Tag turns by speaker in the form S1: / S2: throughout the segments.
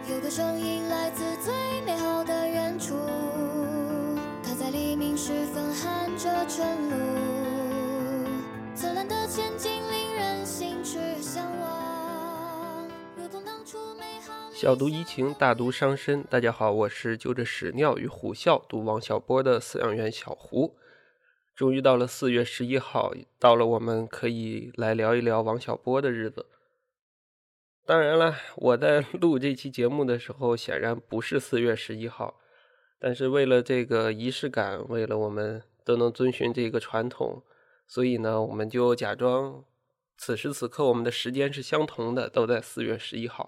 S1: 有个声音来自最美好的远处，它在黎明时分喊着晨露，灿烂的前景令人心驰向往，如同当初美好。
S2: 小读怡情，大读伤身。大家好，我是就着屎尿与虎啸读王小波的饲养员小胡。终于到了4月11号，到了我们可以来聊一聊王小波的日子。当然了，我在录这期节目的时候显然不是4月11号，但是为了这个仪式感，为了我们都能遵循这个传统，所以呢，我们就假装此时此刻我们的时间是相同的，都在4月11号。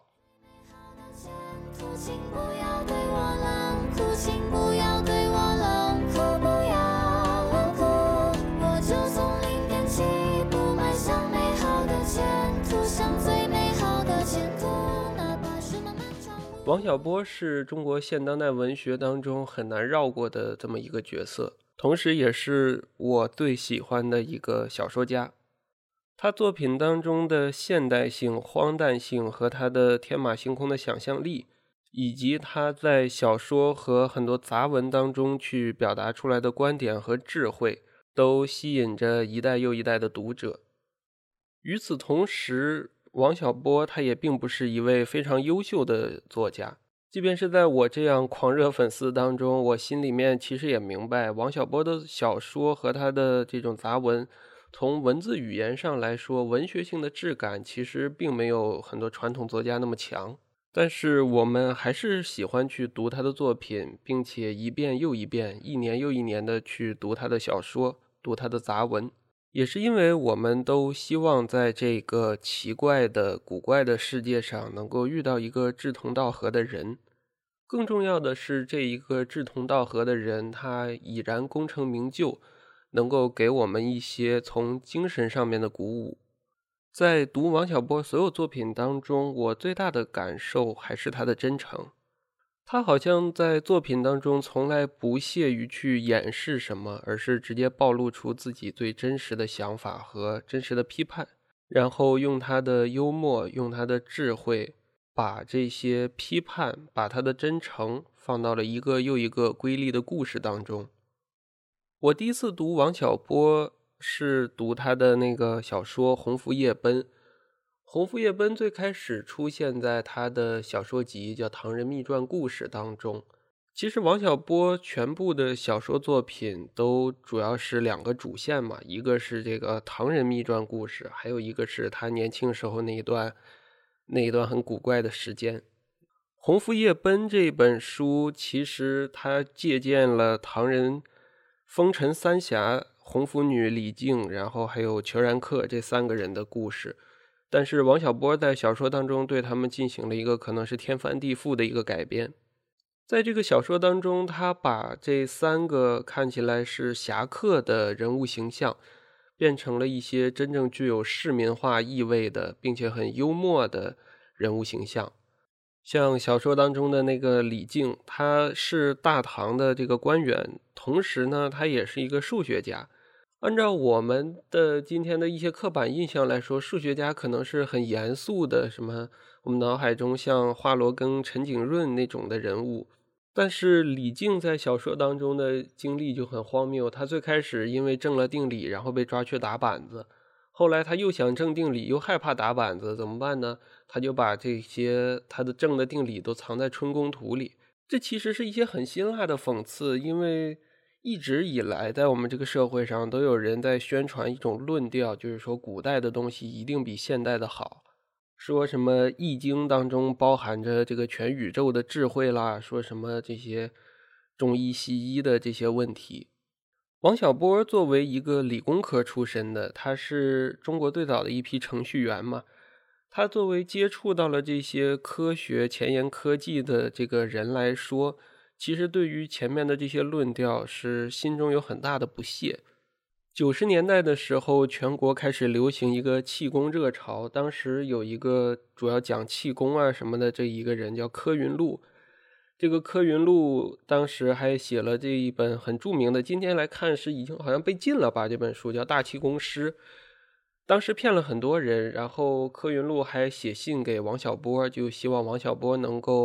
S1: 请不要对我冷酷，请不要对我冷酷，不要哭，我就从零点起步，迈向美好的前途，向最美好的前途，哪怕是漫漫长路。
S2: 王小波是中国现当代文学当中很难绕过的这么一个角色，同时也是我最喜欢的一个小说家。他作品当中的现代性、荒诞性和他的天马行空的想象力，以及他在小说和很多杂文当中去表达出来的观点和智慧，都吸引着一代又一代的读者。与此同时，王小波他也并不是一位非常优秀的作家，即便是在我这样狂热粉丝当中，我心里面其实也明白，王小波的小说和他的这种杂文，从文字语言上来说，文学性的质感其实并没有很多传统作家那么强。但是我们还是喜欢去读他的作品，并且一遍又一遍，一年又一年的去读他的小说，读他的杂文。也是因为我们都希望在这个奇怪的古怪的世界上能够遇到一个志同道合的人，更重要的是这一个志同道合的人他已然功成名就，能够给我们一些从精神上面的鼓舞。在读王小波所有作品当中，我最大的感受还是他的真诚。他好像在作品当中从来不屑于去掩饰什么，而是直接暴露出自己最真实的想法和真实的批判，然后用他的幽默，用他的智慧，把这些批判，把他的真诚放到了一个又一个瑰丽的故事当中。我第一次读王小波是读他的那个小说《鸿福夜奔》。鸿福夜奔最开始出现在他的小说集叫《唐人秘传故事》当中。其实王小波全部的小说作品都主要是2个主线嘛，一个是这个唐人秘传故事，还有一个是他年轻时候那一段很古怪的时间。鸿福夜奔这本书其实他借鉴了唐人风尘三侠红拂女李靖，然后还有裘然客这3个人的故事，但是王小波在小说当中对他们进行了一个可能是天翻地覆的一个改编。在这个小说当中，他把这3个看起来是侠客的人物形象变成了一些真正具有市民化意味的并且很幽默的人物形象。像小说当中的那个李靖，他是大唐的这个官员，同时呢他也是一个数学家。按照我们的今天的一些刻板印象来说，数学家可能是很严肃的，什么我们脑海中像华罗庚、陈景润那种的人物。但是李靖在小说当中的经历就很荒谬，他最开始因为正了定理，然后被抓去打板子，后来他又想正定理，又害怕打板子，怎么办呢？他就把这些他的正的定理都藏在春宫图里。这其实是一些很辛辣的讽刺，因为一直以来在我们这个社会上都有人在宣传一种论调，就是说古代的东西一定比现代的好，说什么易经当中包含着这个全宇宙的智慧啦，说什么这些中医西医的这些问题。王小波作为一个理工科出身的，他是中国最早的一批程序员嘛，他作为接触到了这些科学前沿科技的这个人来说，其实对于前面的这些论调是心中有很大的不屑。90年代的时候，全国开始流行一个气功热潮，当时有一个主要讲气功啊什么的这一个人叫柯云路。这个柯云路当时还写了这一本很著名的，今天来看是已经好像被禁了吧，这本书叫《大气功师》。当时骗了很多人，然后柯云路还写信给王小波，就希望王小波能够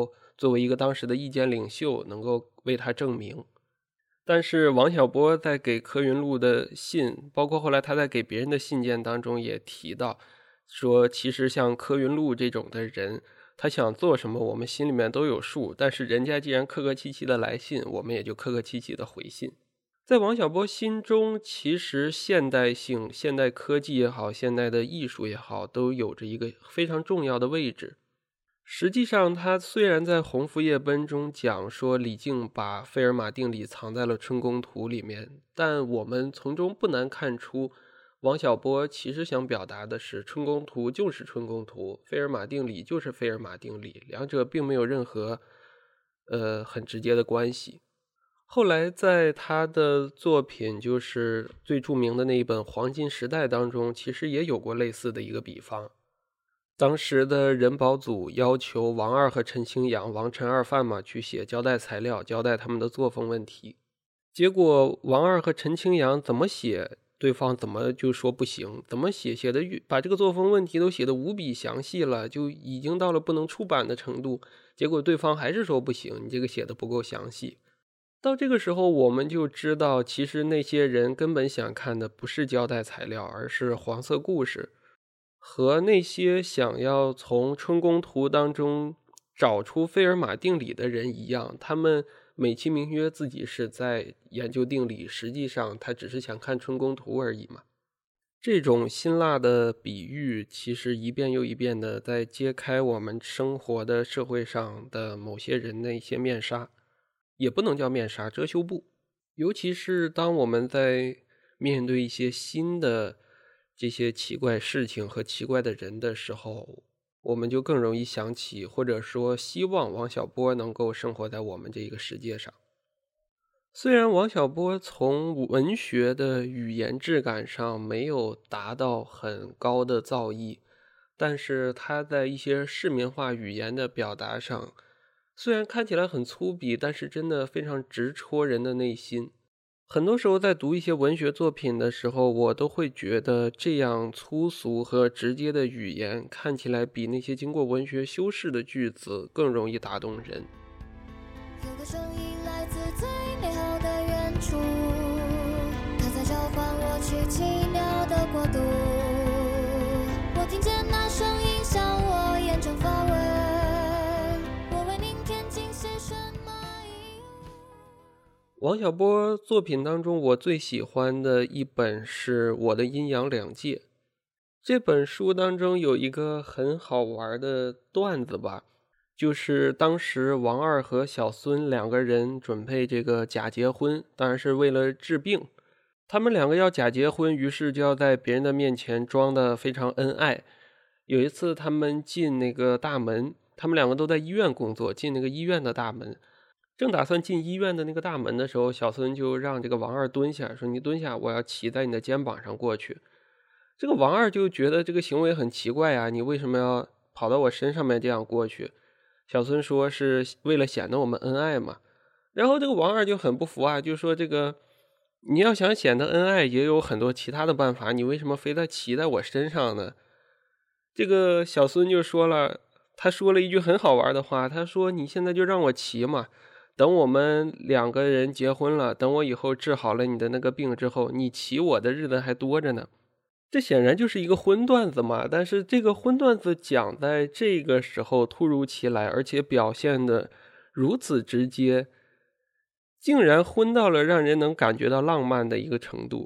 S2: 作为一个当时的意见领袖能够为他证明。但是王小波在给柯云路的信，包括后来他在给别人的信件当中也提到，说其实像柯云路这种的人，他想做什么我们心里面都有数，但是人家既然客客气气的来信，我们也就客客气气的回信。在王小波心中，其实现代性、现代科技也好，现代的艺术也好，都有着一个非常重要的位置。实际上他虽然在《鸿福夜奔》中讲说李靖把费尔马定理藏在了春宫图里面，但我们从中不难看出王小波其实想表达的是春宫图就是春宫图，费尔马定理就是费尔马定理，两者并没有任何很直接的关系。后来在他的作品就是最著名的那一本《黄金时代》当中，其实也有过类似的一个比方。当时的人保组要求王二和陈清扬、王陈二范嘛去写交代材料，交代他们的作风问题。结果王二和陈清扬怎么写，对方怎么就说不行，怎么写的把这个作风问题都写得无比详细了，就已经到了不能出版的程度，结果对方还是说不行，你这个写的不够详细。到这个时候我们就知道，其实那些人根本想看的不是交代材料，而是黄色故事。和那些想要从春宫图当中找出费尔马定理的人一样，他们美其名曰自己是在研究定理，实际上他只是想看春宫图而已嘛。这种辛辣的比喻其实一遍又一遍的在揭开我们生活的社会上的某些人的一些面纱，也不能叫面纱，遮羞布。尤其是当我们在面对一些新的这些奇怪事情和奇怪的人的时候，我们就更容易想起，或者说希望王小波能够生活在我们这个世界上。虽然王小波从文学的语言质感上没有达到很高的造诣，但是他在一些市民化语言的表达上，虽然看起来很粗鄙，但是真的非常直戳人的内心。很多时候在读一些文学作品的时候，我都会觉得这样粗俗和直接的语言看起来比那些经过文学修饰的句子更容易打动人。
S1: 有个声音来自最美好的远处，它在召唤我去奇妙的国度。我听见那声音向我眼中发问，我为明天今写什么义务。
S2: 王小波作品当中我最喜欢的一本是《我的阴阳两界》。这本书当中有一个很好玩的段子吧，就是当时王二和小孙两个人准备这个假结婚，当然是为了治病。他们两个要假结婚，于是就要在别人的面前装得非常恩爱。有一次他们进那个大门，他们两个都在医院工作，进那个医院的大门，正打算进医院的那个大门的时候，小孙就让这个王二蹲下，说你蹲下，我要骑在你的肩膀上过去。这个王二就觉得这个行为很奇怪啊，你为什么要跑到我身上面这样过去？小孙说是为了显得我们恩爱嘛。然后这个王二就很不服啊，就说这个你要想显得恩爱也有很多其他的办法，你为什么非得骑在我身上呢？这个小孙就说了，他说了一句很好玩的话，他说你现在就让我骑嘛，等我们两个人结婚了，等我以后治好了你的那个病之后，你骑我的日子还多着呢。这显然就是一个荤段子嘛，但是这个荤段子讲在这个时候突如其来，而且表现的如此直接，竟然荤到了让人能感觉到浪漫的一个程度。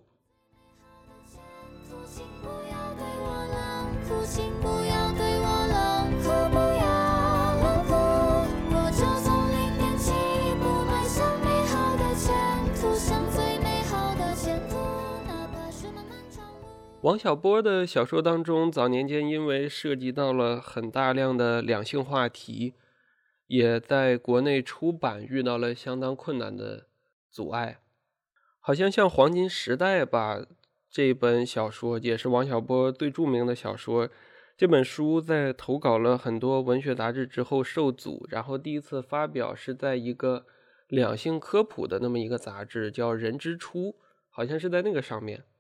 S1: 请不要对我冷酷，请不要对我冷酷，不要冷酷。我就从零点起步，迈向美好的前途，向最美好的前途，哪怕是漫漫长路。
S2: 王小波的小说当中，早年间因为涉及到了很大量的两性话题，也在国内出版遇到了相当困难的阻碍。好像《黄金时代》吧，这本小说也是王小波最著名的小说。这本书在投稿了很多文学杂志之后受阻，然后第一次发表是在一个两性科普的那么一个杂志，叫《人之初》，好像是在那个上面。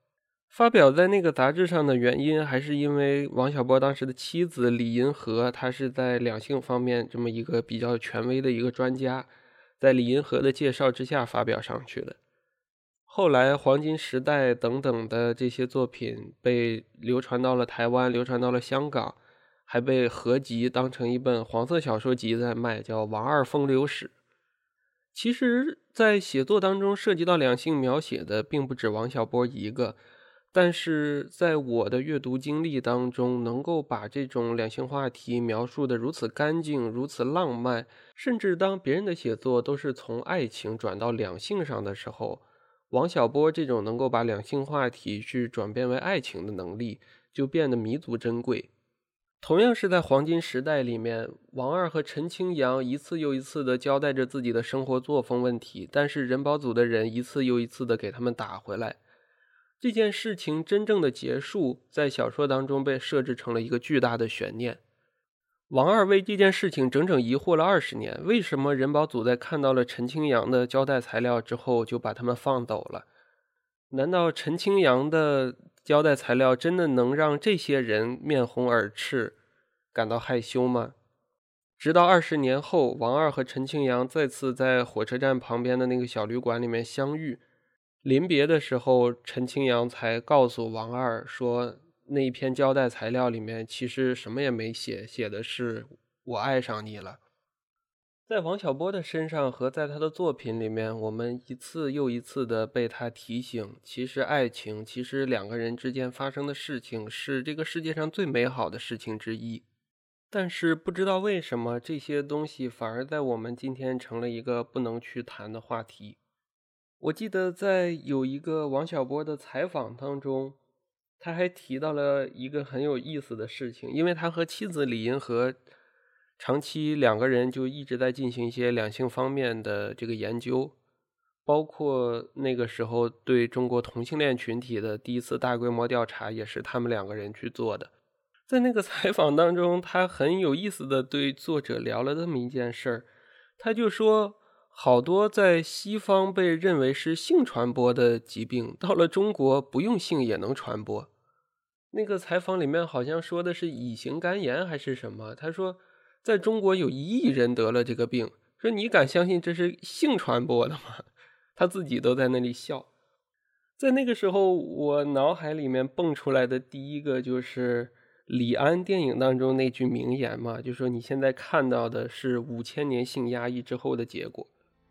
S2: 发表在那个杂志上的原因，还是因为王小波当时的妻子李银河，她是在两性方面这么一个比较权威的一个专家，在李银河的介绍之下发表上去的。后来《黄金时代》等等的这些作品被流传到了台湾，流传到了香港，还被合集当成一本黄色小说集在卖，叫《王二风流史》。其实在写作当中涉及到两性描写的并不止王小波一个，但是在我的阅读经历当中，能够把这种两性话题描述的如此干净，如此浪漫，甚至当别人的写作都是从爱情转到两性上的时候，王小波这种能够把两性话题去转变为爱情的能力就变得弥足珍贵。同样是在黄金时代里面，王二和陈清扬一次又一次的交代着自己的生活作风问题，但是人保组的人一次又一次的给他们打回来。这件事情真正的结束，在小说当中被设置成了一个巨大的悬念。王二为这件事情整整疑惑了20年，为什么人保组在看到了陈清扬的交代材料之后就把他们放走了？难道陈清扬的交代材料真的能让这些人面红耳赤，感到害羞吗？直到20年后，王二和陈清扬再次在火车站旁边的那个小旅馆里面相遇，临别的时候，陈清扬才告诉王二说，那一篇交代材料里面其实什么也没写，写的是我爱上你了。在王小波的身上和在他的作品里面，我们一次又一次的被他提醒，其实爱情，其实两个人之间发生的事情是这个世界上最美好的事情之一。但是不知道为什么，这些东西反而在我们今天成了一个不能去谈的话题。我记得在有一个王小波的采访当中，他还提到了一个很有意思的事情，因为他和妻子李银河长期两个人就一直在进行一些两性方面的这个研究，包括那个时候对中国同性恋群体的第一次大规模调查也是他们两个人去做的。在那个采访当中，他很有意思的对作者聊了这么一件事儿，他就说好多在西方被认为是性传播的疾病，到了中国不用性也能传播。那个采访里面好像说的是乙型肝炎还是什么，他说在中国有1亿人得了这个病，说你敢相信这是性传播的吗？他自己都在那里笑。在那个时候，我脑海里面蹦出来的第一个就是李安电影当中那句名言嘛，就说你现在看到的是5000年性压抑之后的结果。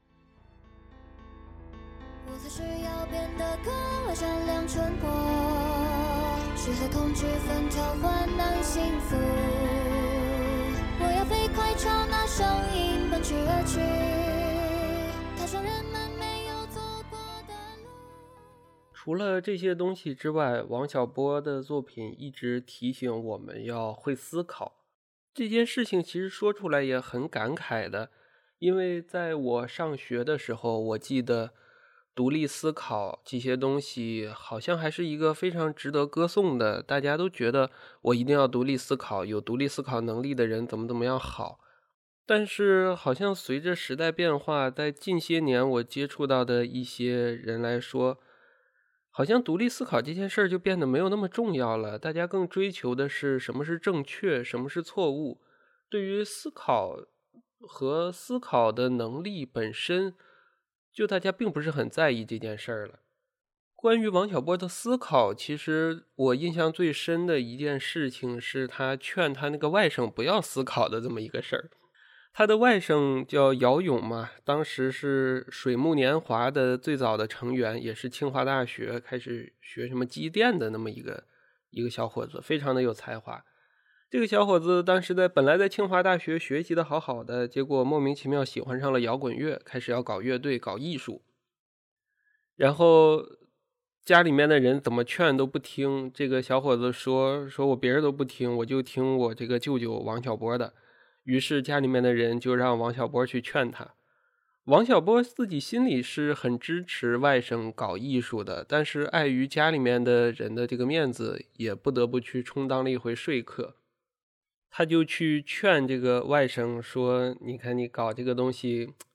S1: 我才是要变得更为善良淳朴，是和恐惧分交换难幸福。我要飞快朝那声音奔去而去，踏上人们没有走过的路。
S2: 除了这些东西之外，王小波的作品一直提醒我们要会思考。这件事情其实说出来也很感慨的，因为在我上学的时候，我记得独立思考这些东西好像还是一个非常值得歌颂的，大家都觉得我一定要独立思考，有独立思考能力的人怎么样好。但是好像随着时代变化，在近些年我接触到的一些人来说，好像独立思考这件事儿就变得没有那么重要了，大家更追求的是什么是正确，什么是错误。对于思考和思考的能力本身，就大家并不是很在意这件事儿了。关于王小波的思考，其实我印象最深的一件事情是他劝他那个外甥不要思考的这么一个事儿。他的外甥叫姚勇嘛，当时是水木年华的最早的成员，也是清华大学开始学什么机电的那么一个小伙子，非常的有才华。这个小伙子当时本来在清华大学学习的好好的，结果莫名其妙喜欢上了摇滚乐，开始要搞乐队搞艺术，然后家里面的人怎么劝都不听，这个小伙子说我别人都不听，我就听我这个舅舅王小波的。于是家里面的人就让王小波去劝他。王小波自己心里是很支持外甥搞艺术的，但是碍于家里面的人的这个面子，也不得不去充当了一回说客。他就去劝这个外甥说，你看你搞这个东西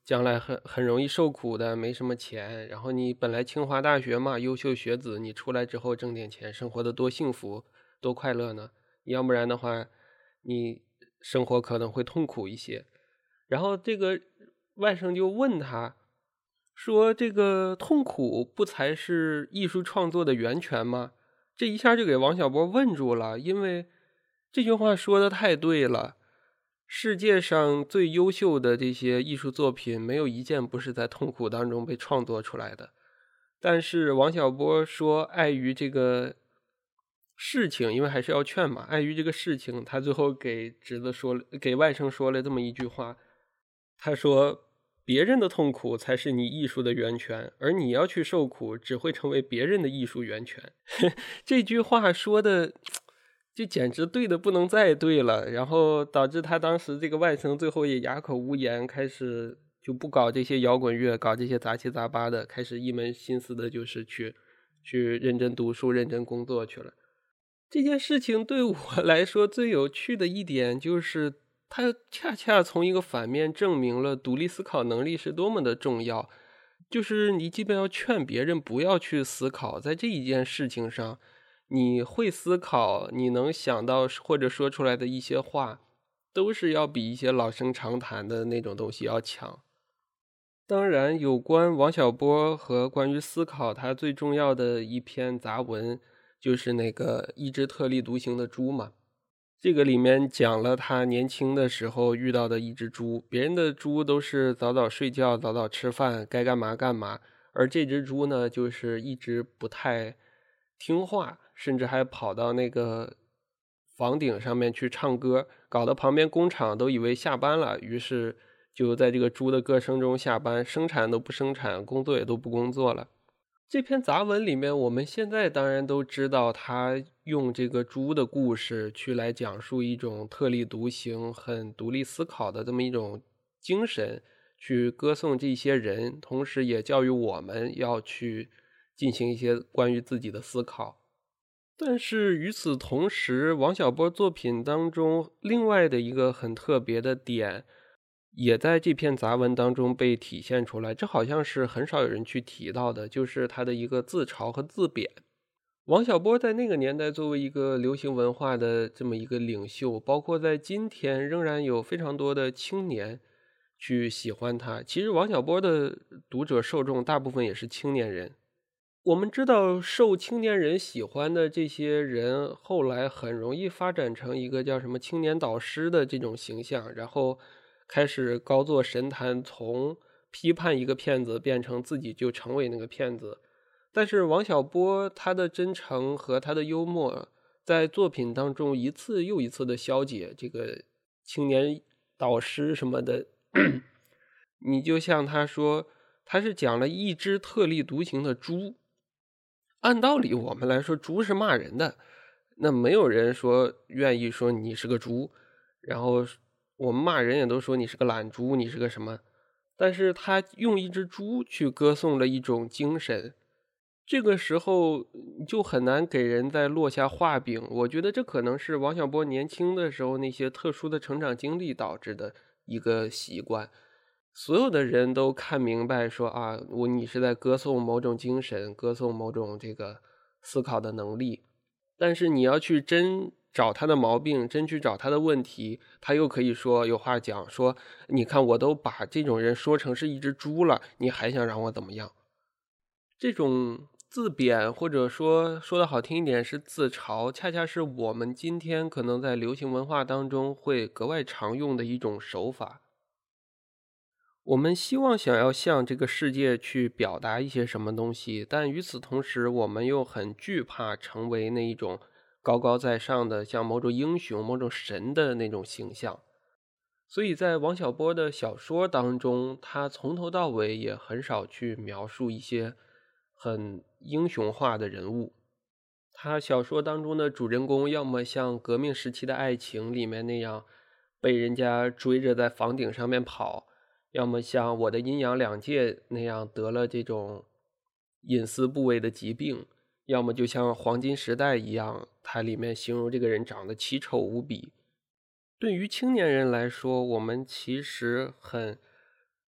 S2: 将来很容易受苦的，没什么钱。然后你本来清华大学嘛，优秀学子，你出来之后挣点钱，生活的多幸福，多快乐呢？要不然的话，你生活可能会痛苦一些。然后这个外甥就问他说：“这个痛苦不才是艺术创作的源泉吗？”这一下就给王小波问住了，因为这句话说的太对了。世界上最优秀的这些艺术作品，没有一件不是在痛苦当中被创作出来的。但是王小波说，碍于这个事情，因为还是要劝嘛，碍于这个事情，他最后给外甥说了这么一句话，他说：“别人的痛苦才是你艺术的源泉，而你要去受苦，只会成为别人的艺术源泉。”这句话说的就简直对的不能再对了，然后导致他当时这个外甥最后也哑口无言，开始就不搞这些摇滚乐，搞这些杂七杂八的，开始一门心思的就是去认真读书、认真工作去了。这件事情对我来说最有趣的一点就是，它恰恰从一个反面证明了独立思考能力是多么的重要。就是你基本要劝别人不要去思考，在这一件事情上，你会思考，你能想到或者说出来的一些话，都是要比一些老生常谈的那种东西要强。当然，有关王小波和关于思考，他最重要的一篇杂文就是那个一只特立独行的猪嘛。这个里面讲了他年轻的时候遇到的一只猪，别人的猪都是早早睡觉、早早吃饭，该干嘛干嘛，而这只猪呢，就是一直不太听话，甚至还跑到那个房顶上面去唱歌，搞得旁边工厂都以为下班了，于是就在这个猪的歌声中下班，生产都不生产，工作也都不工作了。这篇杂文里面，我们现在当然都知道，他用这个猪的故事去来讲述一种特立独行、很独立思考的这么一种精神，去歌颂这些人，同时也教育我们要去进行一些关于自己的思考。但是与此同时，王小波作品当中另外的一个很特别的点，也在这篇杂文当中被体现出来，这好像是很少有人去提到的，就是他的一个自嘲和自贬。王小波在那个年代作为一个流行文化的这么一个领袖，包括在今天仍然有非常多的青年去喜欢他。其实王小波的读者受众大部分也是青年人。我们知道受青年人喜欢的这些人，后来很容易发展成一个叫什么青年导师的这种形象，然后开始高坐神坛，从批判一个骗子变成自己就成为那个骗子。但是王小波他的真诚和他的幽默，在作品当中一次又一次的消解这个青年导师什么的。你就像他说，他是讲了一只特立独行的猪。按道理我们来说，猪是骂人的，那没有人说愿意说你是个猪，然后我们骂人也都说你是个懒猪，你是个什么。但是他用一只猪去歌颂了一种精神，这个时候就很难给人再落下画饼。我觉得这可能是王小波年轻的时候那些特殊的成长经历导致的一个习惯。所有的人都看明白说啊，你是在歌颂某种精神，歌颂某种这个思考的能力，但是你要去真找他的毛病，真去找他的问题，他又可以说有话讲，说你看我都把这种人说成是一只猪了，你还想让我怎么样？这种自贬或者说的好听一点是自嘲，恰恰是我们今天可能在流行文化当中会格外常用的一种手法。我们希望想要向这个世界去表达一些什么东西，但与此同时，我们又很惧怕成为那一种高高在上的，像某种英雄、某种神的那种形象。所以在王小波的小说当中，他从头到尾也很少去描述一些很英雄化的人物。他小说当中的主人公要么像革命时期的爱情里面那样被人家追着在房顶上面跑，要么像我的阴阳两界那样得了这种隐私部位的疾病，要么就像黄金时代一样，它里面形容这个人长得奇丑无比。对于青年人来说，我们其实很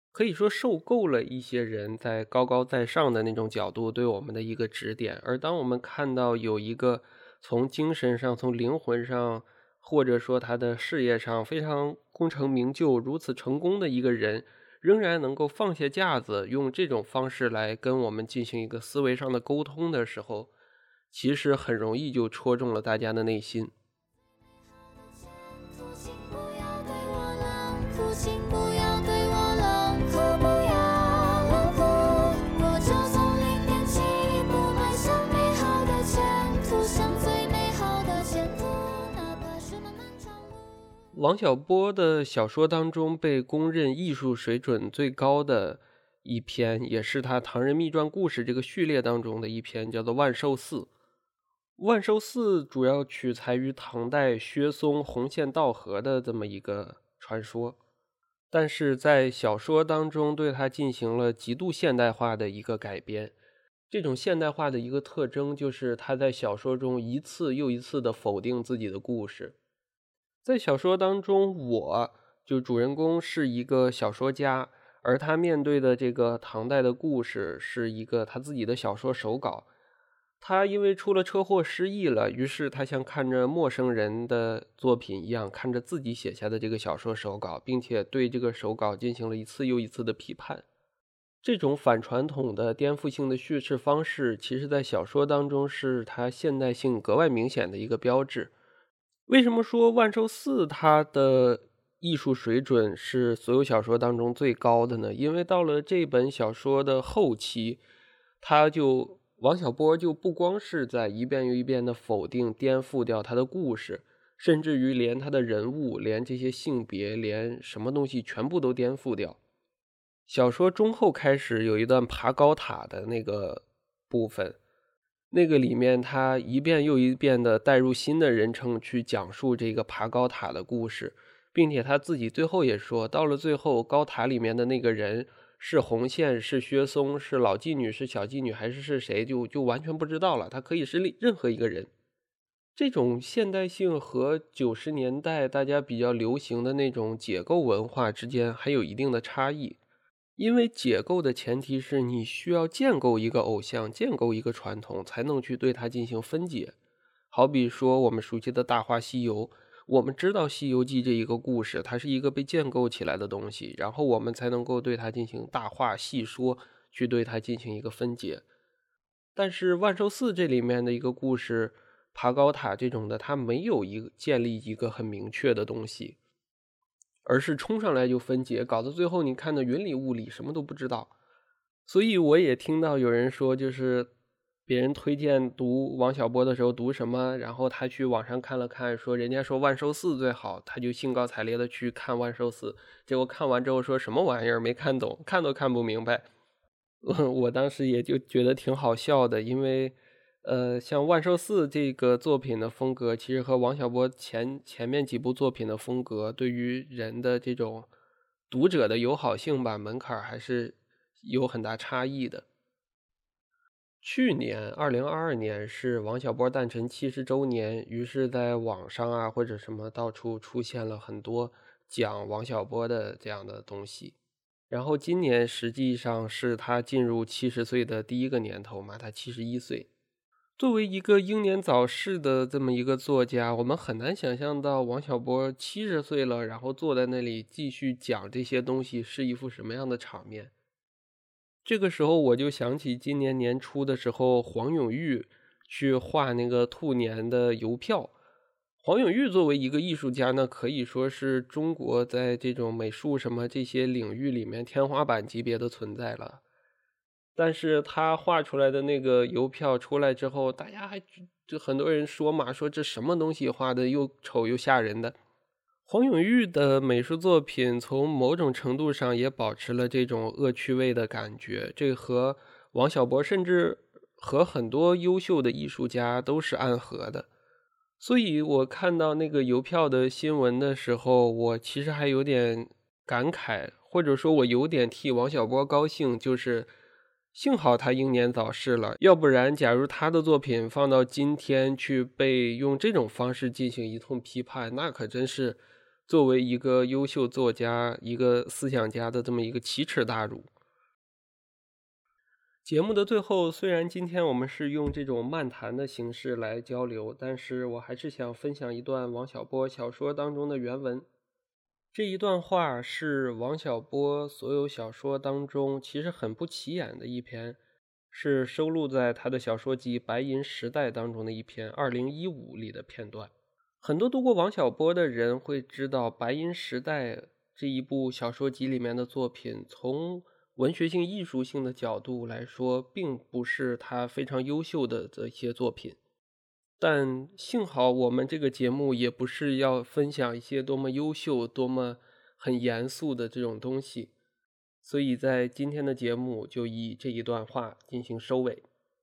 S2: 可以说受够了一些人在高高在上的那种角度对我们的一个指点，而当我们看到有一个从精神上、从灵魂上，或者说他的事业上非常功成名就、如此成功的一个人，仍然能够放下架子，用这种方式来跟我们进行一个思维上的沟通的时候，其实很容易就戳中了大家的内心。
S1: 请不要对我冷酷，请不要对我冷酷，不要冷酷。我就从零点起步，迈向美好的前途，向最美好的前途，哪怕是漫漫长路。
S2: 王小波的小说当中被公认艺术水准最高的一篇，也是他《唐人秘传故事》这个序列当中的一篇，叫做《万寿寺》。万寿寺主要取材于唐代薛嵩红线道河的这么一个传说，但是在小说当中对它进行了极度现代化的一个改编。这种现代化的一个特征就是他在小说中一次又一次的否定自己的故事。在小说当中，就主人公是一个小说家，而他面对的这个唐代的故事是一个他自己的小说手稿。他因为出了车祸失忆了，于是他像看着陌生人的作品一样，看着自己写下的这个小说手稿，并且对这个手稿进行了一次又一次的批判。这种反传统的颠覆性的叙事方式，其实在小说当中是它现代性格外明显的一个标志。为什么说万寿寺它的艺术水准是所有小说当中最高的呢？因为到了这本小说的后期，王小波就不光是在一遍又一遍的否定、颠覆掉他的故事，甚至于连他的人物、连这些性别、连什么东西全部都颠覆掉。小说中后开始有一段爬高塔的那个部分，那个里面他一遍又一遍的带入新的人称去讲述这个爬高塔的故事，并且他自己最后也说，到了最后高塔里面的那个人是红线，是薛嵩，是老妓女，是小妓女，还是谁，就完全不知道了，他可以是任何一个人。这种现代性和90年代大家比较流行的那种解构文化之间还有一定的差异。因为解构的前提是你需要建构一个偶像，建构一个传统，才能去对它进行分解。好比说我们熟悉的大话西游，我们知道西游记这一个故事，它是一个被建构起来的东西，然后我们才能够对它进行大话细说，去对它进行一个分解。但是万寿寺这里面的一个故事，爬高塔这种的，它没有建立一个很明确的东西，而是冲上来就分解，搞到最后你看的云里雾里，什么都不知道。所以我也听到有人说，就是别人推荐读王小波的时候读什么，然后他去网上看了看，说人家说万寿寺最好，他就兴高采烈的去看万寿寺，结果看完之后说什么玩意儿没看懂，看都看不明白。我当时也就觉得挺好笑的，因为像万寿寺这个作品的风格，其实和王小波前面几部作品的风格，对于人的这种读者的友好性吧，门槛还是有很大差异的。去年2022年是王小波诞辰70周年，于是在网上啊或者什么到处出现了很多讲王小波的这样的东西。然后今年实际上是他进入70岁的第一个年头嘛，他71岁。作为一个英年早逝的这么一个作家，我们很难想象到王小波70岁了，然后坐在那里继续讲这些东西是一副什么样的场面。这个时候我就想起今年年初的时候，黄永玉去画那个兔年的邮票。黄永玉作为一个艺术家呢，可以说是中国在这种美术什么这些领域里面天花板级别的存在了。但是他画出来的那个邮票出来之后，大家就很多人说嘛，说这什么东西画的又丑又吓人的。黄永玉的美术作品从某种程度上也保持了这种恶趣味的感觉，这和王小波甚至和很多优秀的艺术家都是暗合的。所以我看到那个邮票的新闻的时候，我其实还有点感慨，或者说我有点替王小波高兴，就是幸好他英年早逝了，要不然假如他的作品放到今天去被用这种方式进行一通批判，那可真是作为一个优秀作家、一个思想家的这么一个奇耻大辱。节目的最后，虽然今天我们是用这种漫谈的形式来交流，但是我还是想分享一段王小波小说当中的原文。这一段话是王小波所有小说当中其实很不起眼的一篇，是收录在他的小说集《白银时代》当中的一篇2015里的片段。很多读过王小波的人会知道，《白银时代》这一部小说集里面的作品，从文学性、艺术性的角度来说，并不是他非常优秀的这些作品。但幸好我们这个节目也不是要分享一些多么优秀、多么很严肃的这种东西，所以在今天的节目就以这一段话进行收尾。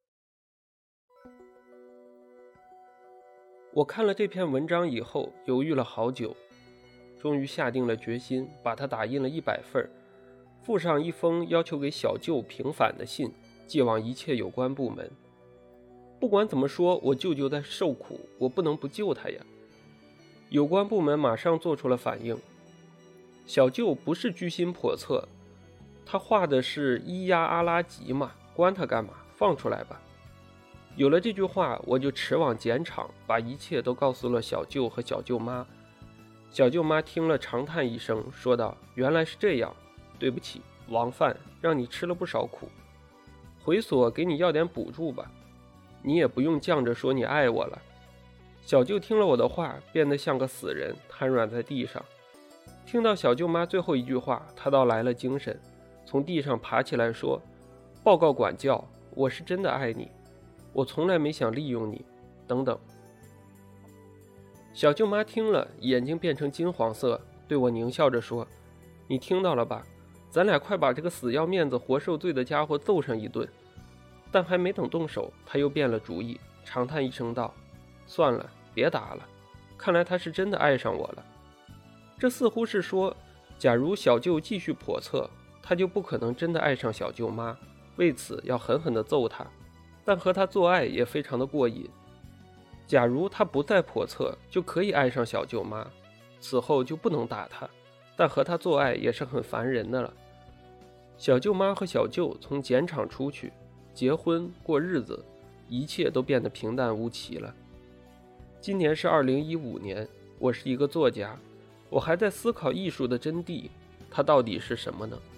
S2: 我看了这篇文章以后，犹豫了好久，终于下定了决心，把它打印了100份，附上一封要求给小舅平反的信，寄往一切有关部门。不管怎么说，我舅舅在受苦，我不能不救他呀。有关部门马上做出了反应。小舅不是居心叵测，他画的是伊亚阿拉吉嘛，关他干嘛？放出来吧。有了这句话，我就驰往检场，把一切都告诉了小舅和小舅妈。小舅妈听了长叹一声，说道：“原来是这样，对不起，王范，让你吃了不少苦。回所给你要点补助吧，你也不用犟着说你爱我了。”小舅听了我的话，变得像个死人，瘫软在地上。听到小舅妈最后一句话，他倒来了精神，从地上爬起来说：“报告管教，我是真的爱你，我从来没想利用你，等等。”小舅妈听了，眼睛变成金黄色，对我狞笑着说：“你听到了吧？咱俩快把这个死要面子活受罪的家伙揍上一顿。”但还没等动手，他又变了主意，长叹一声道：“算了，别打了，看来他是真的爱上我了。”这似乎是说，假如小舅继续叵测，他就不可能真的爱上小舅妈，为此要狠狠地揍他，但和他做爱也非常的过瘾。假如他不再叵测，就可以爱上小舅妈，此后就不能打他，但和他做爱也是很烦人的了。小舅妈和小舅从检场出去，结婚过日子，一切都变得平淡无奇了。今年是2015年，我是一个作家，我还在思考艺术的真谛，它到底是什么呢？